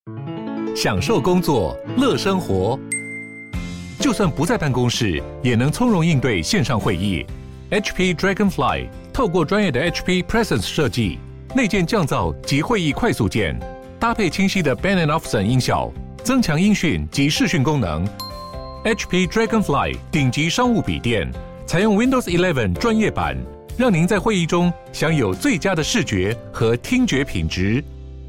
享受工作，乐生活。就算不在办公室，也能从容应对线上会议。HP Dragonfly 透过专业的 HP Presence 设计，内建降噪及会议快速键，搭配清晰的 Bang & Olufsen 音效，增强音讯及视讯功能。HP Dragonfly 顶级商务笔电，采用 Windows 11专业版，让您在会议中享有最佳的视觉和听觉品质。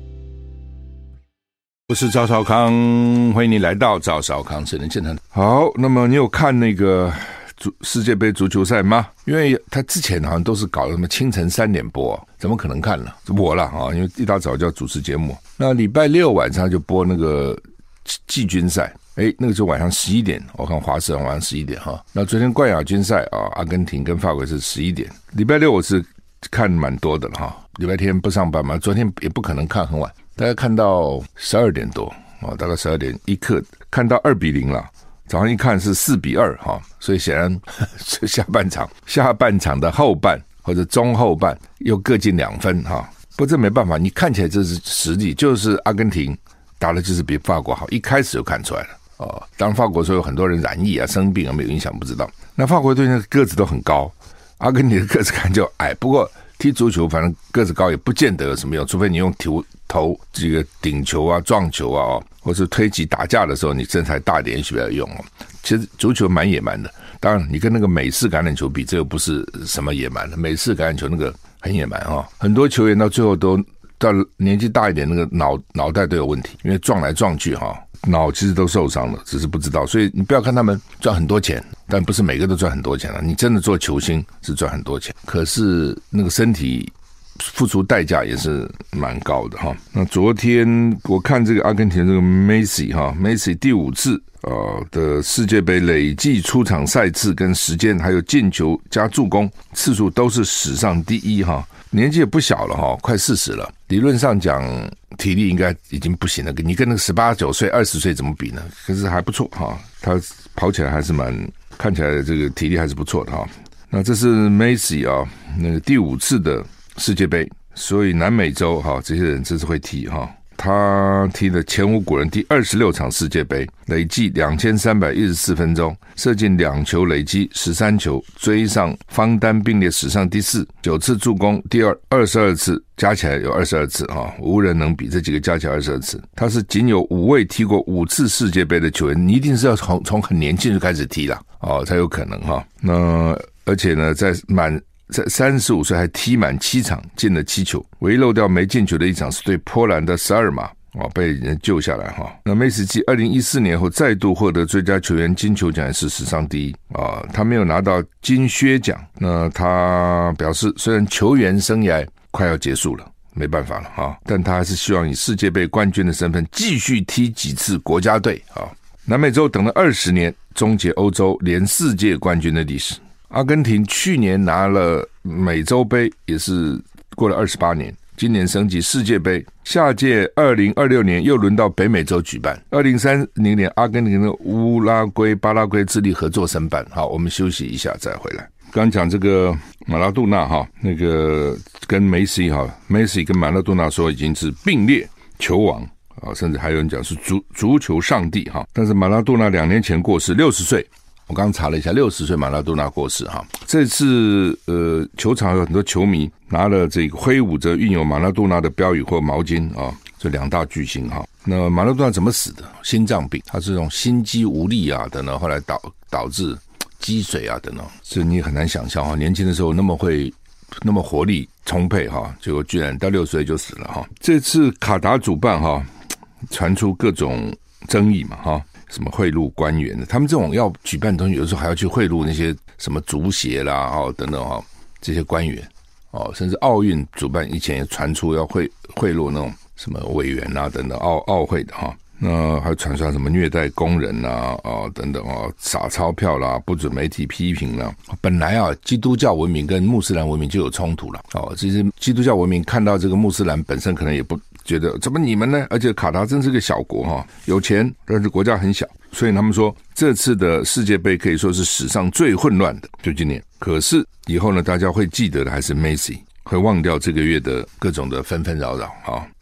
我是赵少康，欢迎你来到赵少康智能健谈。好，那么你有看那个世界杯足球赛吗？因为他之前好像都是搞什么清晨3点播，怎么可能看了？我啦啊，因为一大早就要主持节目。那礼拜六晚上就播那个季军赛，那个时候晚上11点，我看华视晚上11点哈。那昨天冠亚军赛啊，阿根廷跟法国是11点。礼拜六我是看蛮多的了哈，礼拜天不上班嘛，昨天也不可能看很晚。大概看到12点多大概12点一刻看到2-0了，早上一看是4-2所以显然下半场的后半或者中后半又各进2分不过这没办法，你看起来这是实力，就是阿根廷打的就是比法国好，一开始就看出来了当然法国说有很多人染疫生病没有影响不知道。那法国队那个个子都很高，阿根廷的个子看就矮，不过踢足球反正个子高也不见得有什么用，除非你用投这个顶球啊撞球啊或是推挤打架的时候你身材大一点也许比较用其实足球蛮野蛮的，当然你跟那个美式橄榄球比，这个不是什么野蛮的，美式橄榄球那个很野蛮很多球员到最后都到年纪大一点，那个脑袋都有问题，因为撞来撞去脑其实都受伤了，只是不知道。所以你不要看他们赚很多钱，但不是每个都赚很多钱你真的做球星是赚很多钱，可是那个身体付出代价也是蛮高的那昨天我看这个阿根廷这个 Messi 第5次的世界杯累计出场赛次跟时间还有进球加助攻次数都是史上第一年纪也不小了快40了，理论上讲体力应该已经不行了，你跟那个18、9岁、20岁怎么比呢？可是还不错他跑起来还是看起来这个体力还是不错的那这是 Messi 那个第5次的世界杯，所以南美洲这些人真是会踢他踢了前无古人第26场世界杯，累计2314分钟，射进2球，累积13球，追上方丹并列史上第4，9次助攻，第2 22次，加起来有22次无人能比，这几个加起来22次。他是仅有5位踢过5次世界杯的球员，你一定是要从很年轻就开始踢了才有可能那而且呢在35岁还踢满7场，进了7球，唯一漏掉没进球的一场是对波兰的12码被人救下来那梅西继2014年后再度获得最佳球员金球奖，也是史上第一他没有拿到金靴奖，那他表示虽然球员生涯快要结束了，没办法了但他还是希望以世界杯冠军的身份继续踢几次国家队南美洲等了20年，终结欧洲连4届冠军的历史。阿根廷去年拿了美洲杯，也是过了28年，今年升级世界杯，下届2026年又轮到北美洲举办，2030年阿根廷的乌拉圭、巴拉圭、智利合作申办。好，我们休息一下再回来。刚讲这个马拉杜纳那个跟梅西跟马拉杜纳说已经是并列球王甚至还有人讲是足球上帝但是马拉杜纳2年前过世，60岁。我刚查了一下，60岁马拉多纳过世这次球场有很多球迷拿了这个挥舞着印有马拉多纳的标语或毛巾这2大巨星那马拉多纳怎么死的？心脏病，他是这种心肌无力等等，后来导致积水等等，这你很难想象年轻的时候那么活力充沛结果居然到60岁就死了这次卡达主办传出各种争议嘛什么贿赂官员的，他们这种要举办的东西，有时候还要去贿赂那些什么足协啦等等这些官员甚至奥运主办以前也传出要贿赂那种什么委员啦等等奥会的那还传出来什么虐待工人啦等等撒钞票啦，不准媒体批评啦。本来基督教文明跟穆斯兰文明就有冲突了其实基督教文明看到这个穆斯兰本身可能也不觉得怎么你们呢？而且卡达真是个小国有钱，但是国家很小，所以他们说这次的世界杯可以说是史上最混乱的，就今年。可是以后呢，大家会记得的还是 Messi， 会忘掉这个月的各种的纷纷扰扰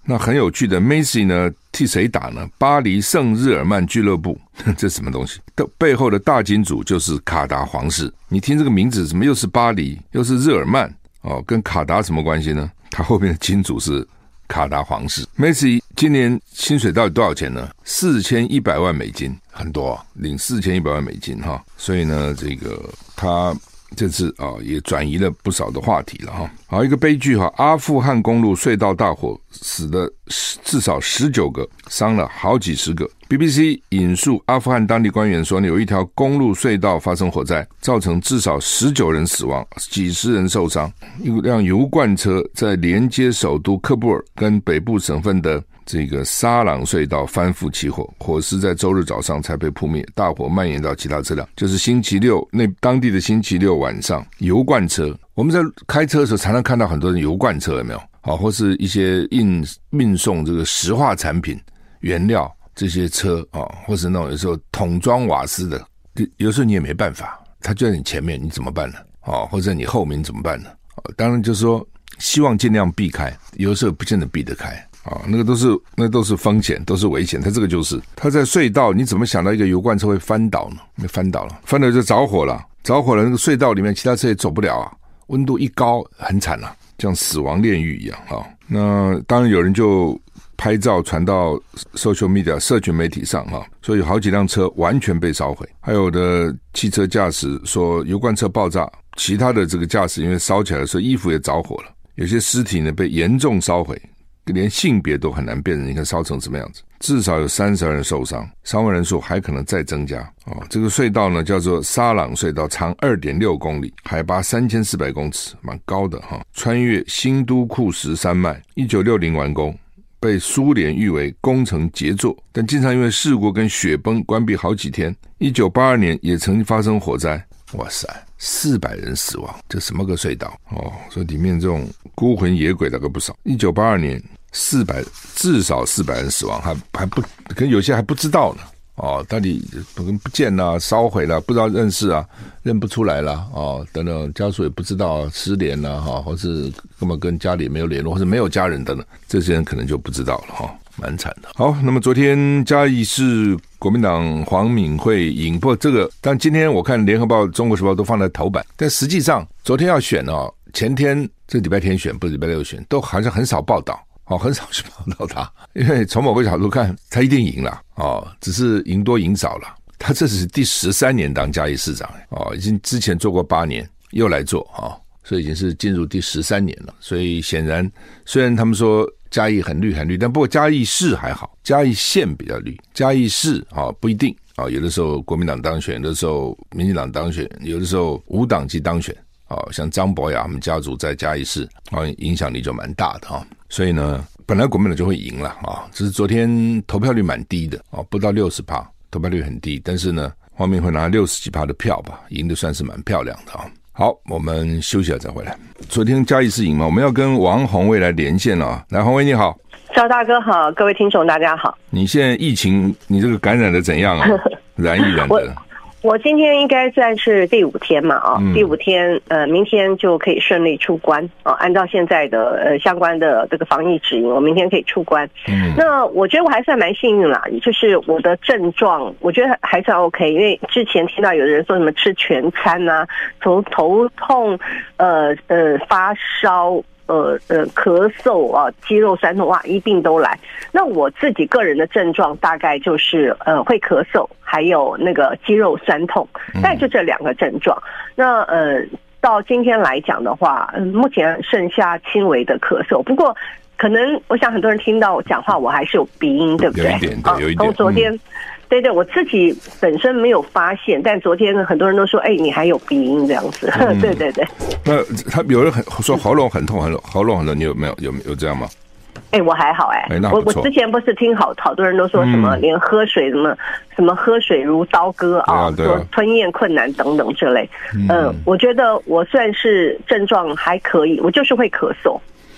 那很有趣的 ，Messi 呢替谁打呢？巴黎圣日耳曼俱乐部，这什么东西？背后的大金主就是卡达皇室。你听这个名字，怎么又是巴黎，又是日耳曼？跟卡达什么关系呢？他后面的金主是卡达皇室。Messi 今年薪水到底多少钱呢？4100万美金，很多领4100万美金哈。所以呢，这个他这次也转移了不少的话题了哈。好，一个悲剧哈，阿富汗公路隧道大火，死了至少19个，伤了好几十个。BBC 引述阿富汗当地官员说，有一条公路隧道发生火灾，造成至少19人死亡，几十人受伤。一辆油罐车在连接首都喀布尔跟北部省份的这个沙朗隧道翻覆起火，火势在周日早上才被扑灭，大火蔓延到其他车辆，就是星期六当地的星期六晚上，油罐车，我们在开车的时候常常看到很多人油罐车，有没有？或是一些运送这个石化产品原料这些车或是那种有时候桶装瓦斯的，有时候你也没办法，他就在你前面，你怎么办呢？或者你后面怎么办呢？当然就是说希望尽量避开，有时候不见得避得开。那都是风险，都是危险。它这个就是它在隧道，你怎么想到一个油罐车会翻倒呢？没翻倒了，翻倒就着火了，那个隧道里面其他车也走不了啊，温度一高很惨啊，像死亡炼狱一样啊。那当然有人就拍照传到 social media 社群媒体上所以有好几辆车完全被烧毁，还有的汽车驾驶说油罐车爆炸，其他的这个驾驶因为烧起来的时候衣服也着火了，有些尸体呢被严重烧毁，连性别都很难辨认，你看烧成什么样子，至少有32人受伤，伤亡人数还可能再增加这个隧道呢叫做沙朗隧道，长 2.6 公里，海拔3400公尺，蛮高的穿越新都库什山脉，1960完工，被苏联誉为工程杰作，但经常因为事故跟雪崩关闭好几天。1982年也曾经发生火灾，哇塞，400人死亡，这什么个隧道所以里面这种孤魂野鬼大概不少。1982年至少400人死亡，还不可能有些还不知道呢到底不见了，烧毁了，不知道认识啊，认不出来了等等，家属也不知道，失联了或是根本跟家里没有联络，或者没有家人等等，这些人可能就不知道了蛮惨的。好，那么昨天嘉义市国民党黄敏惠赢破这个，但今天我看联合报、中国时报都放在头版，但实际上昨天要选前天这礼拜天选，不是礼拜六选，都好像很少报道。很少去报道他，因为从某个角度看，他一定赢了只是赢多赢少了。他这是第13年当嘉义市长已经之前做过8年，又来做所以已经是进入第13年了。所以显然，虽然他们说嘉义很绿很绿，但不过嘉义市还好，嘉义县比较绿，嘉义市不一定有的时候国民党当选，有的时候民进党当选，有的时候无党籍当选像张博雅他们家族在嘉义市影响力就蛮大的所以呢，本来国民党就会赢了只是昨天投票率蛮低的不到 60%， 投票率很低，但是呢，黄敏惠拿60几%的票吧，赢的算是蛮漂亮的好，我们休息了再回来。昨天嘉义市赢嘛，我们要跟王宏卫来连线了来，宏卫你好。 赵大哥好，各位听众大家好。 你现在疫情，你这个感染的怎样染疫染的？ 我今天应该算是第5天嘛第5天明天就可以顺利出关按照现在的相关的这个防疫指引，我明天可以出关。那我觉得我还算蛮幸运啦，就是我的症状我觉得还算 OK， 因为之前听到有人说什么吃全餐啊，从头痛发烧咳嗽肌肉酸痛一并都来。那我自己个人的症状大概就是会咳嗽，还有那个肌肉酸痛，大概就这2个症状。那到今天来讲的话，目前剩下轻微的咳嗽，不过可能我想很多人听到我讲话我还是有鼻音，对不对？ 有一点从昨天对，我自己本身没有发现，但昨天很多人都说你还有鼻音这样子对。 那他有人说喉咙很痛，喉咙很痛，你有没有这样吗？ 我还好我之前不是听好多人都说什么连喝水什么喝水如刀割说吞咽困难等等之类。我觉得我算是症状还可以，我就是会咳嗽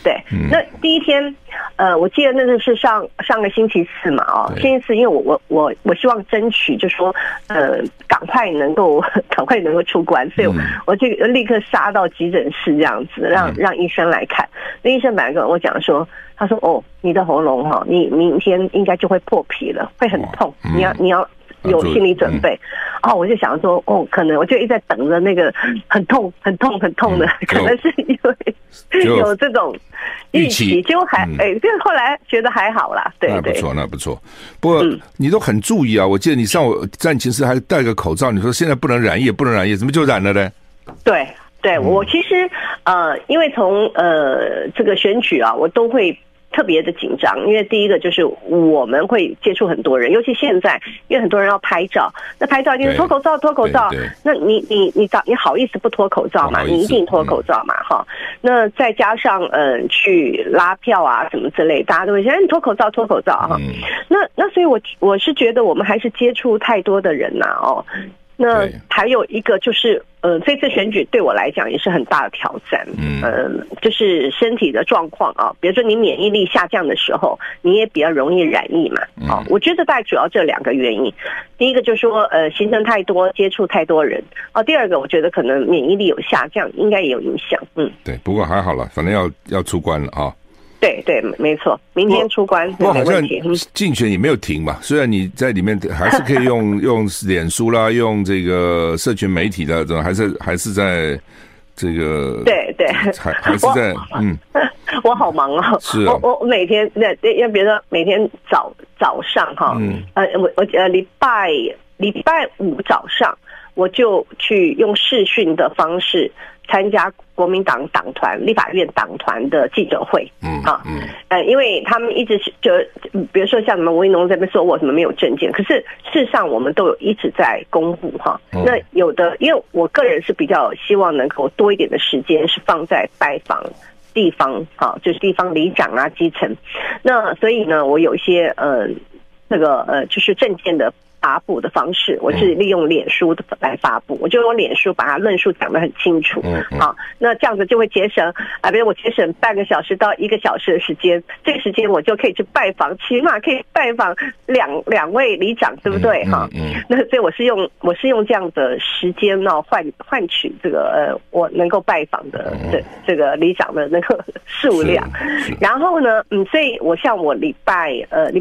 对，那第一天，我记得那个是上个星期四嘛，星期四，因为我希望争取，就说赶快能够出关，所以我就立刻杀到急诊室这样子，让医生来看。那医生本来跟我讲说，他说哦，你的喉咙你明天应该就会破皮了，会很痛，你要有心理准备。我就想说，可能我就一直在等着那个很痛的，可能是因为有这种预期，结果就后来觉得还好啦。对， 那不错。不过你都很注意啊，我记得你上午战情室还戴个口罩，你说现在不能染疫，怎么就染了呢？ 对，我其实因为从这个选举啊，我都会特别的紧张，因为第一个就是我们会接触很多人，尤其现在，因为很多人要拍照，那拍照一定是脱口罩，那你好意思不脱口罩嘛？你一定脱口罩嘛，哈。那再加上去拉票啊什么之类，大家都会说你脱口罩哈。那所以我是觉得我们还是接触太多的人呐，那还有一个就是，这次选举对我来讲也是很大的挑战。就是身体的状况啊，比如说你免疫力下降的时候，你也比较容易染疫嘛。我觉得大概主要这2个原因。第一个就是说，行程太多，接触太多人。第二个，我觉得可能免疫力有下降，应该也有影响。 对，不过还好了，反正要出关了啊。 对，没错，明天出关没问题。 竞选也没有停嘛，虽然你在里面还是可以用脸书啦，用这个社群媒体的，还是在这个对， 还是在我好忙哦， 是啊， 我每天要比如说每天早上哈，我礼拜五早上我就去用视讯的方式参加国民党党团、立法院党团的记者会。因为他们一直就比如说像什么吴怡农这边说我什么没有证件，可是事实上我们都有一直在公布哈。那有的，因为我个人是比较希望能够多一点的时间是放在拜访地方，就是地方里长啊、基层。那所以呢，我有一些就是证件的发布的方式，我是利用脸书来发布，我就用脸书把它论述讲得很清楚。好，那这样子就会节省比如我节省半个小时到1个小时的时间，这个时间我就可以去拜访，起码可以拜访两位里长，对不对？那所以我是用这样的时间呢换取这个我能够拜访的这个里长的那个数量。然后呢，所以我像我礼拜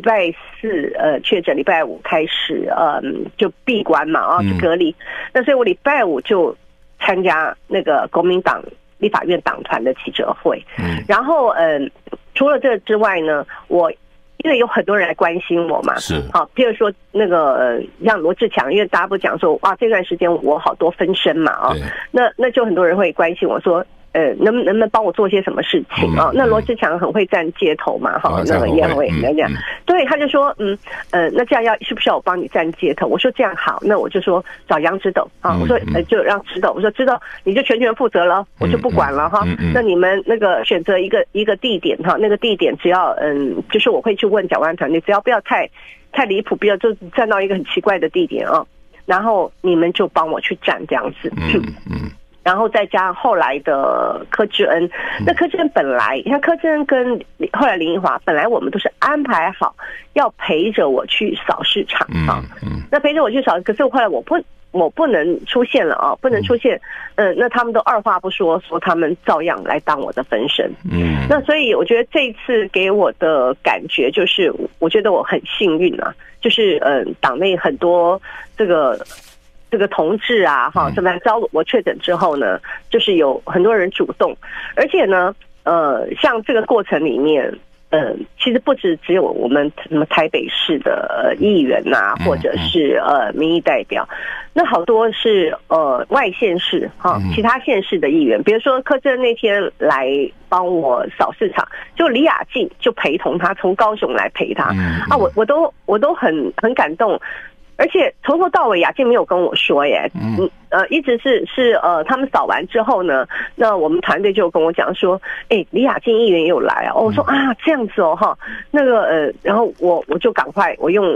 4确诊，礼拜5开始就闭关嘛，就隔离。那所以我礼拜5就参加那个国民党立法院党团的记者会。然后除了这之外呢，因为有很多人来关心我嘛， 是好，譬如说那个像罗志强，因为大家不讲说哇这段时间我好多分身嘛，那就很多人会关心我说能不能帮我做些什么事情啊？那罗志强很会站街头嘛，那个也很会这样。对，他就说那这样需不需要我帮你站街头？我说这样好，那我就说找杨指斗啊，我说就让指斗，我说指斗你就全权负责了，我就不管了哈。那你们那个选择一个地点哈，那个地点只要就是我会去问蒋万安团队，只要不要太离谱，不要就站到一个很奇怪的地点啊，然后你们就帮我去站这样子。然后再加上后来的柯志恩，那柯志恩本来，你看柯志恩跟后来林奕华，本来我们都是安排好要陪着我去扫市场那陪着我去扫，可是后来我不能出现了不能出现，那他们都二话不说他们照样来当我的分身。那所以我觉得这一次给我的感觉就是，我觉得我很幸运啊，就是党内很多这个同志啊，这么招我确诊之后呢，就是有很多人主动，而且呢，像这个过程里面，其实不只有我们什么台北市的议员呐，或者是民意代表，那好多是外县市其他县市的议员，比如说柯志恩那天来帮我扫市场，就李雅静就陪同他从高雄来陪他我都很感动。而且从头到尾雅静没有跟我说耶，一直是他们扫完之后呢，那我们团队就跟我讲说，李雅静议员也有来啊，我说这样子那个然后我就赶快我用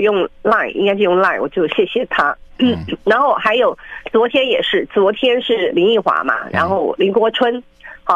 Line， 应该是用 Line， 我就谢谢他。然后还有昨天是林奕华嘛，然后林国春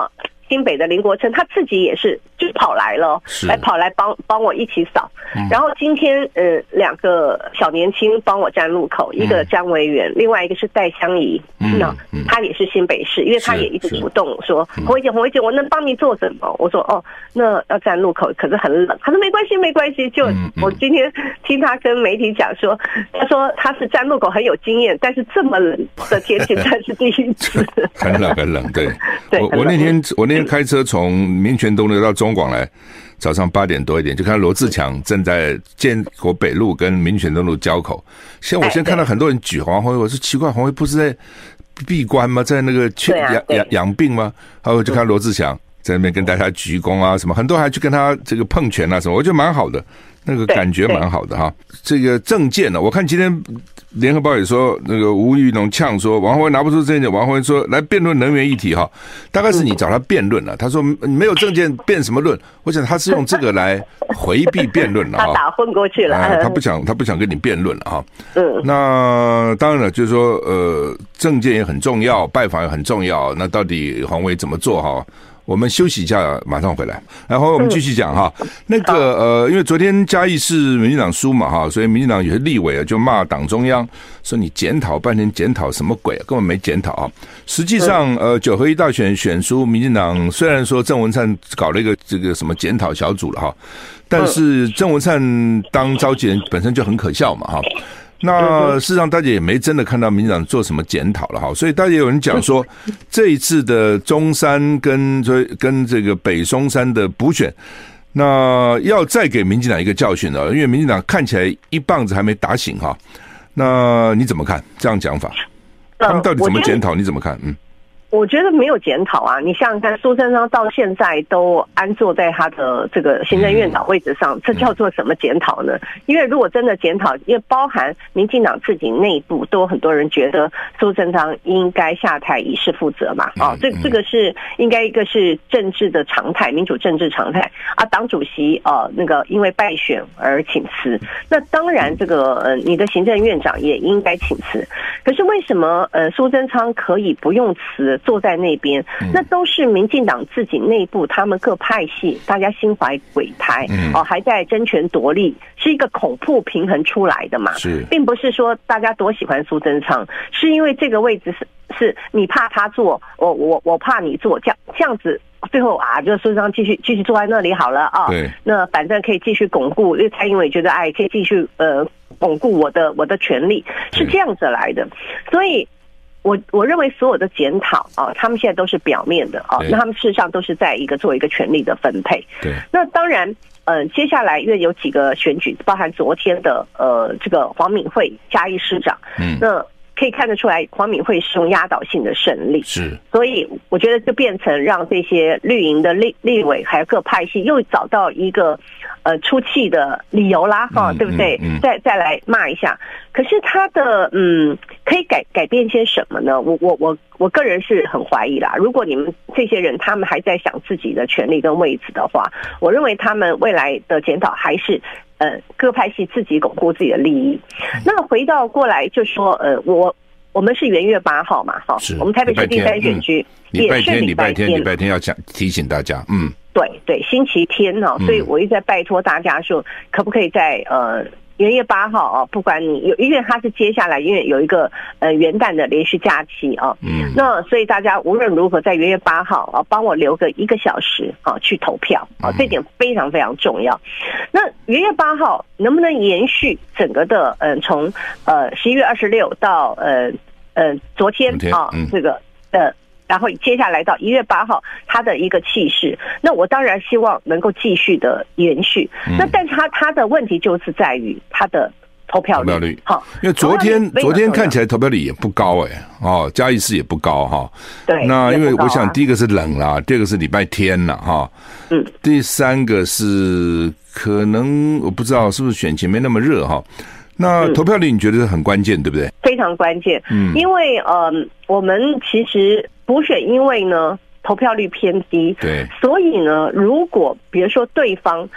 新北的林国成，他自己也是就跑来了，跑来帮我一起扫。然后今天2个小年轻帮我站路口，一个张维元，另外一个是戴香怡，他也是新北市，因为他也一直主动说洪薇姐，我能帮你做什么？我说那要站路口，可是很冷。他说没关系。就我今天听他跟媒体讲说，他说他是站路口很有经验，但是这么冷的天气他是第一次。 很冷，对。我那天开车从民权东路到中广来，早上8点多一点，就看到罗志强正在建国北路跟民权东路交口。我先看到很多人举黄辉，我说奇怪，黄辉不是在闭关吗？在那个养病吗？然后我就看罗志强在那边跟大家鞠躬啊，什么很多还去跟他这个碰拳啊什么，我觉得蛮好的。那个感觉蛮好的哈。这个政见呢，我看今天联合报也说，那个吴怡农呛说王宏威拿不出政见，王宏威说来辩论能源议题哈，大概是你找他辩论了。他说没有政见辩什么论？我想他是用这个来回避辩论了哈。 他打混过去了， 他不想跟你辩论了哈。那当然了，就是说政见也很重要，拜访也很重要。那到底宏威怎么做哈？我们休息一下，马上回来。然后我们继续讲哈，那个因为昨天嘉义市民进党输嘛哈，所以民进党有些立委啊就骂党中央，说你检讨半天，检讨什么鬼啊，根本没检讨啊。实际上9合1大选选输，民进党虽然说郑文灿搞了一个这个什么检讨小组了哈，但是郑文灿当召集人本身就很可笑嘛哈。那事实上大家也没真的看到民进党做什么检讨了哈，所以大家有人讲说这一次的中山跟这个北松山的补选，那要再给民进党一个教训了，因为民进党看起来一棒子还没打醒哈。那你怎么看这样讲法？他们到底怎么检讨？你怎么看？ 我觉得没有检讨啊！你想想看，苏贞昌到现在都安坐在他的这个行政院长位置上，这叫做什么检讨呢？因为如果真的检讨，因为包含民进党自己内部都有很多人觉得苏贞昌应该下台以示负责嘛，这个是应该一个是政治的常态，民主政治常态啊。党主席那个因为败选而请辞，那当然这个你的行政院长也应该请辞。可是为什么苏贞昌可以不用辞？坐在那边，那都是民进党自己内部，他们各派系大家心怀鬼胎，还在争权夺利，是一个恐怖平衡出来的嘛，并不是说大家多喜欢苏贞昌，是因为这个位置是你怕他做，我怕你做，这样子。最后就苏贞昌继续坐在那里好了啊。对，那反正可以继续巩固，因为蔡英文觉得可以继续巩固我的权利，是这样子来的，所以。我认为所有的检讨他们现在都是表面的那他们事实上都是在做一个权力的分配。对，那当然，接下来因为有几个选举，包含昨天的这个黄敏惠嘉义市长，那可以看得出来，黄敏惠是用压倒性的胜利，所以我觉得就变成让这些绿营的立委还有各派系又找到一个出气的理由啦对不对？再来骂一下。可是他的可以改变些什么呢？我个人是很怀疑啦。如果你们这些人他们还在想自己的权利跟位置的话，我认为他们未来的检讨还是各派系自己巩固自己的利益。那回到过来就说我们是元月8号嘛我们台北市第3选区也是礼拜天要提醒大家对星期天所以我一直在拜托大家说可不可以在元月8号不管你因为它是接下来因为有一个元旦的连续假期那所以大家无论如何在元月8号帮我留个1个小时去投票这点非常非常重要。那元月8号能不能延续整个的从11月26到昨天这个然后接下来到1月8号，他的一个气势，那我当然希望能够继续的延续。那但是他的问题就是在于他的投票率。好， 因为昨天看起来投票率也不高嘉义市也不高哈。 对， 那因为我想第一个是冷啦，第二个是礼拜天啦哈。第三个是可能我不知道是不是选情没那么热哈。那投票率你觉得很关键对不对？ 非常关键，因为我们其实补选因为呢投票率偏低，对，所以呢如果比如说对方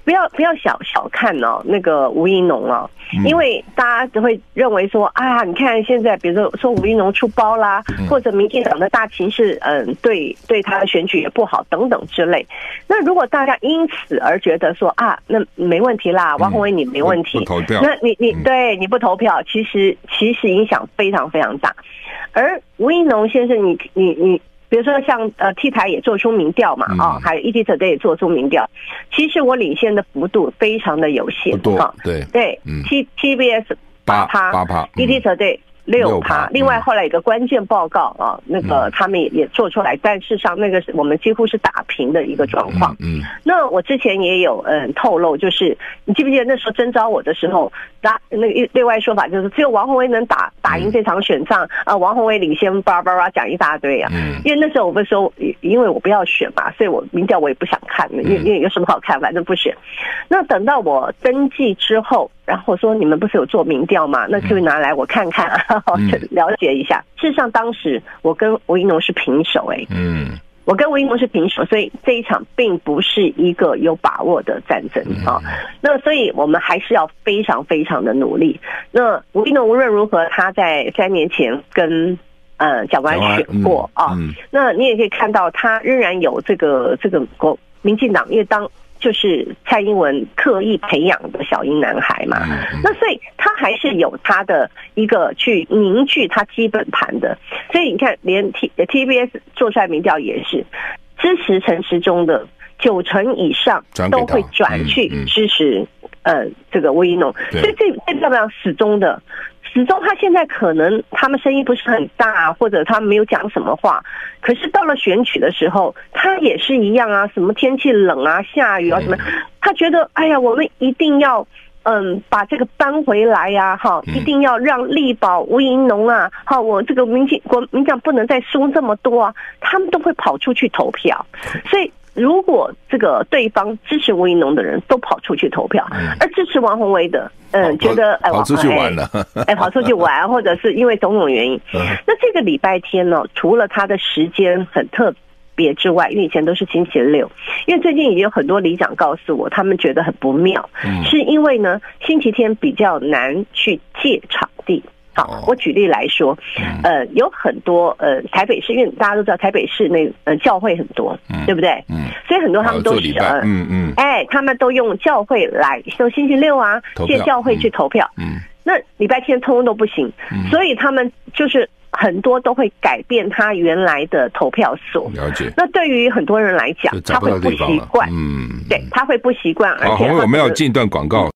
不要小看哦，那个吴怡农哦，因为大家都会认为说啊，你看现在比如说吴怡农出包啦，或者民进党的大情势，对他的选举也不好等等之类。那如果大家因此而觉得说啊，那没问题啦，王宏威你没问题， 不投票， 那对你不投票，其实影响非常非常大。而吴怡农先生，你比如说像T 台也做出民调嘛，还有 ETtoday 也做出民调，其实我领先的幅度非常的有限， 不多，对 ，TBS 8%， ETtoday6%，另外后来有个关键报告啊，那个他们也做出来，但事实上那个是我们几乎是打平的一个状况。那我之前也有透露，就是你记不记得那时候征召我的时候，那另外说法就是只有王宏威能打赢这场选仗啊，王宏威领先叭叭叭讲一大堆啊。因为那时候我不是说，因为我不要选嘛，所以我民调我也不想看，因为有什么好看，反正不选。那等到我登记之后，然后说你们不是有做民调吗？那可不可以拿来我看看了解一下。事实上当时我跟吴怡农是平手我跟吴怡农是平手，所以这一场并不是一个有把握的战争那所以我们还是要非常非常的努力。那吴怡农无论如何，他在3年前跟蒋万安选过那你也可以看到他仍然有这个民进党，因为就是蔡英文刻意培养的小英男孩嘛，那所以他还是有他的一个去凝聚他基本盘的，所以你看连 TBS 做出来民调也是支持陈时中的90%以上都会转去支持这个吴怡农，所以这代表始终他现在可能他们声音不是很大，或者他没有讲什么话，可是到了选举的时候，他也是一样啊，什么天气冷啊、下雨啊什么，他觉得哎呀，我们一定要把这个搬回来呀，一定要让力保吴怡农啊，我这个民进党不能再输这么多啊，他们都会跑出去投票，所以。如果这个对方支持吴怡农的人都跑出去投票，而支持王宏威的，觉得跑出去玩了， 跑出去玩，或者是因为种种原因，那这个礼拜天呢，除了他的时间很特别之外，因为以前都是星期六，因为最近已经有很多里长告诉我，他们觉得很不妙，是因为呢，星期天比较难去借场地。好，我举例来说，有很多台北市，因为大家都知道台北市教会很多，对不对？所以很多他们都是他们都用教会来，说星期六啊，借教会去投票。那礼拜天通通都不行，所以他们就是很多都会改变他原来的投票所。 了解。 那对于很多人来讲，他会不习惯，对，他会不习惯，而且我们要进一段广告。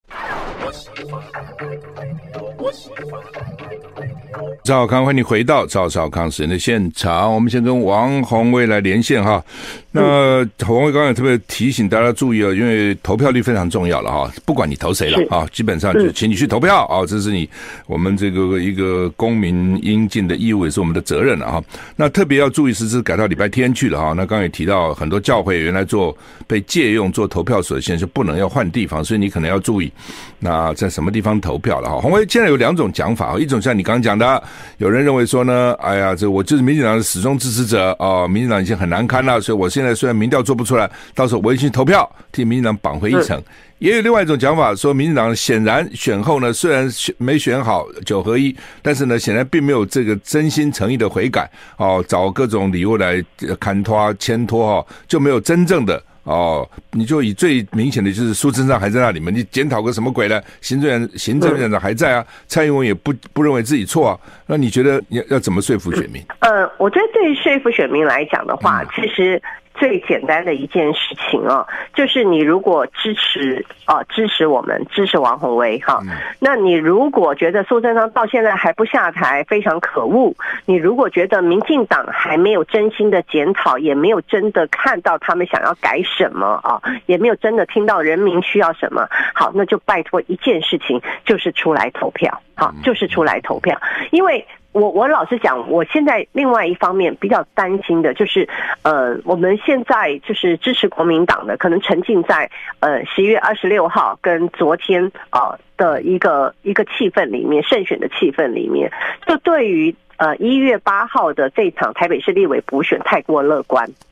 赵少康，欢迎回到赵少康时间的现场。我们先跟王宏威来连线哈。那宏威刚才特别提醒大家注意因为投票率非常重要了哈，不管你投谁了基本上就请你去投票这是我们这个一个公民应尽的义务，也是我们的责任了哈。那特别要注意是改到礼拜天去了哈。那刚才也提到很多教会原来被借用做投票所，现在就不能要换地方，所以你可能要注意那在什么地方投票了哈。宏威现在有2种讲法，一种像你刚刚讲的，有人认为说呢，哎呀，我就是民进党的始终支持者民进党已经很难堪了，所以我现在虽然民调做不出来，到时候我一去投票替民进党绑回一层。也有另外一种讲法，说民进党显然选后呢，虽然没选好9合1，但是呢，显然并没有这个真心诚意的悔改找各种理由来牵拖就没有真正的你就以最明显的就是苏贞昌还在那里面，你检讨个什么鬼呢？行政院长还在啊，蔡英文也不认为自己错啊，那你觉得你要怎么说服选民？ 我觉得对于说服选民来讲的话，其实最简单的一件事情就是你如果支持我们支持王宏威那你如果觉得苏贞昌到现在还不下台非常可恶，你如果觉得民进党还没有真心的检讨，也没有真的看到他们想要改什么也没有真的听到人民需要什么，好，那就拜托一件事情，就是出来投票，就是出来投票。因为我老实讲，我现在另外一方面比较担心的就是，我们现在就是支持国民党的，可能沉浸在11月26号跟昨天的一个气氛里面，胜选的气氛里面，就对于1月8号的这场台北市立委补选太过乐观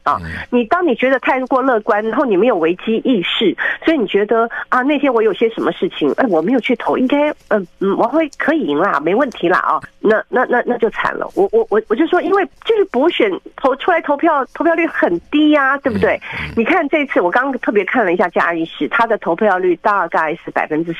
啊。你当你觉得太过乐观，然后你没有危机意识，所以你觉得啊那天我有些什么事情，我没有去投，应该我会可以赢啦，没问题啦啊。那就惨了。我就说，因为就是补选出来投票率很低呀，对不对？你看这次我刚刚特别看了一下嘉义市，它的投票率大概是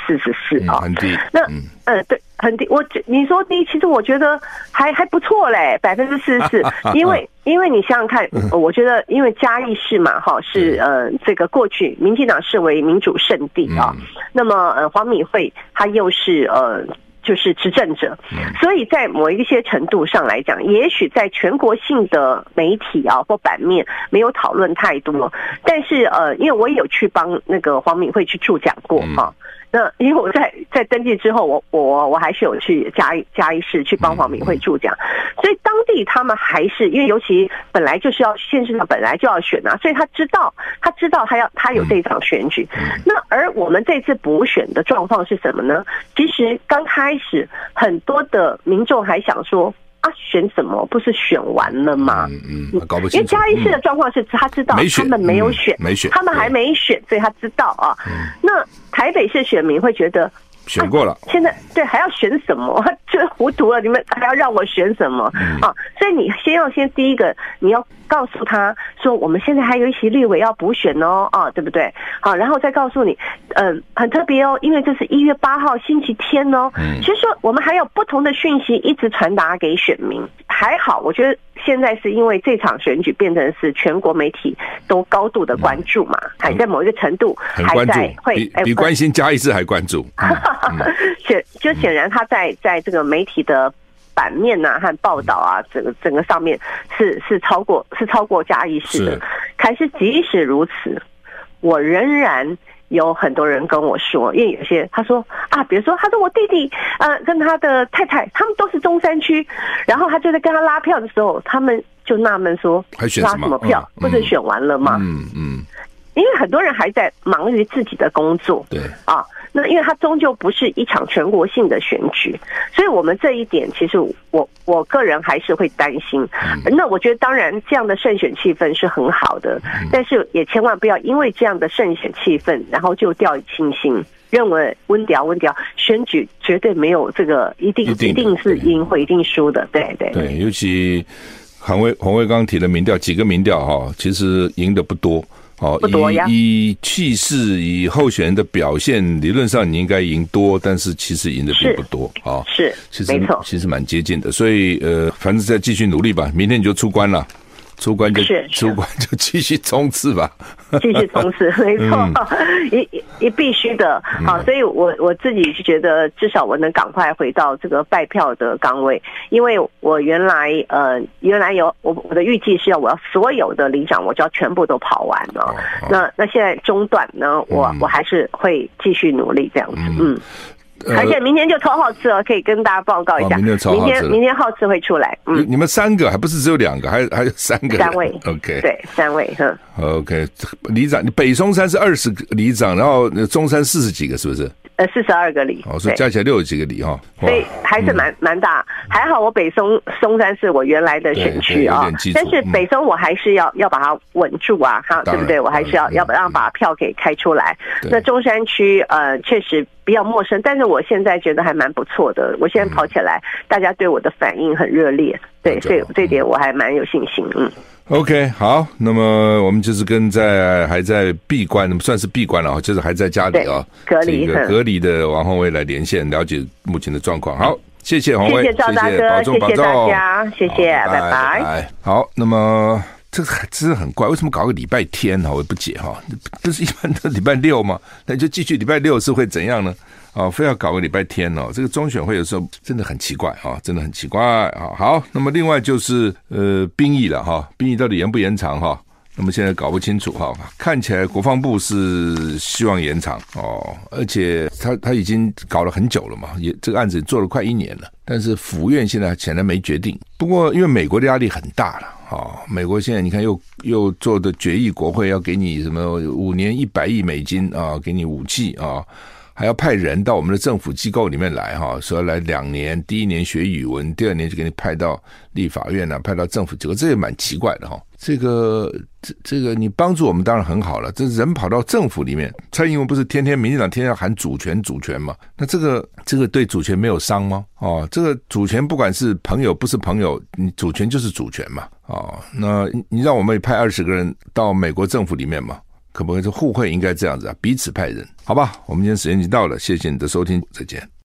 44%啊， 很低。 那对，很低。你说低，其实我觉得还不错嘞，44%。因为你想想看，我觉得因为嘉义市嘛，是这个过去民进党视为民主圣地啊，那么黄敏惠她又是就是执政者，所以在某一些程度上来讲，也许在全国性的媒体啊或版面没有讨论太多，但是因为我也有去帮那个黄敏惠去助讲过哈。那因为我在登记之后，我还是有去嘉义市去帮黄敏惠助讲，所以当地他们还是因为尤其本来就是要县市长本来就要选啊，所以他知道他有这场选举。那而我们这次补选的状况是什么呢？其实刚开始很多的民众还想说，选什么？不是选完了吗？ 搞不清楚。 因为嘉义市的状况是他知道他们没有选，他们还没选，所以他知道啊。那台北市选民会觉得选过了， 现在对还要选什么？就糊涂了，你们还要让我选什么啊？所以你先第一个你要告诉他说，我们现在还有一席立委要补选哦，对不对？好，然后再告诉你，很特别哦，因为这是1月8号星期天哦。其实说我们还有不同的讯息一直传达给选民。还好，我觉得现在是因为这场选举变成是全国媒体都高度的关注嘛，还在某一个程度还在比关心嘉义市还关注。 就显然他在这个媒体的版面啊和报道啊，整个上面是超过嘉义市的。可是即使如此，我仍然有很多人跟我说，因为有些他说比如说他说我弟弟跟他的太太他们都是中山区，然后他就在跟他拉票的时候，他们就纳闷说拉什么票？不是选完了吗？因为很多人还在忙于自己的工作，对那因为它终究不是一场全国性的选举，所以我们这一点其实我个人还是会担心。那我觉得当然这样的胜选气氛是很好的，但是也千万不要因为这样的胜选气氛，然后就掉以轻心，认为温调选举绝对没有这个一定是赢或一定输的。对， 尤其黄卫刚刚提的民调，几个民调其实赢的不多。 不多呀。 以气势，以候选人的表现，理论上你应该赢多，但是其实赢的并不多。 是，没错， 其实蛮接近的。所以反正再继续努力吧，明天你就出关了。出关就继续冲刺吧， 继续冲刺，没错，也必须的。好，所以我自己是觉得，至少我能赶快回到这个拜票的岗位，因为我原来有我的预计是我要所有的里长我就要全部都跑完了。那现在中断呢，我还是会继续努力这样子。而且明天就抽号次可以跟大家报告一下。明天号次会出来。 你们3个还不是只有2个，还有3个。 3位。 OK。 对，3位。 OK， 里长，北松山是20个里长，然后中山40几个，是不是 ？42个里。 所以加起来60几个里哈。 所以还是蛮大。还好我北松山是我原来的选区啊，但是北松我还是要把它稳住啊，对不对？我还是要把票给开出来。那中山区确实比较陌生，但是我现在觉得还蛮不错的。我现在跑起来，大家对我的反应很热烈，对，所以这点我还蛮有信心。 OK， 好，那么我们就是还在闭关，算是闭关了，就是还在家里隔离的王宏威来连线，了解目前的状况。好，谢谢宏威， 谢谢赵大哥，谢谢大家，谢谢，拜拜。 好，那么这个真的很怪，为什么搞个礼拜天我也不解不是一般的礼拜六吗？那就继续礼拜六是会怎样呢？非要搞个礼拜天这个中选会有时候真的很奇怪真的很奇怪好，那么另外就是兵役了兵役到底延不延长那么现在搞不清楚看起来国防部是希望延长而且他已经搞了很久了嘛，这个案子做了快1年了，但是府院现在显然没决定。不过因为美国的压力很大了美国现在你看又做的决议，国会要给你什么5年100亿美金给你武器还要派人到我们的政府机构里面来说要来2年，第1年学语文，第2年就给你派到立法院派到政府机构，这也蛮奇怪的这个你帮助我们当然很好了，这人跑到政府里面，蔡英文不是民进党天天喊主权嘛？那这个对主权没有伤吗？这个主权不管是朋友不是朋友，你主权就是主权嘛。那你让我们也派20个人到美国政府里面嘛？可不可以说互惠应该这样子啊？彼此派人，好吧？我们今天时间已经到了，谢谢你的收听，再见。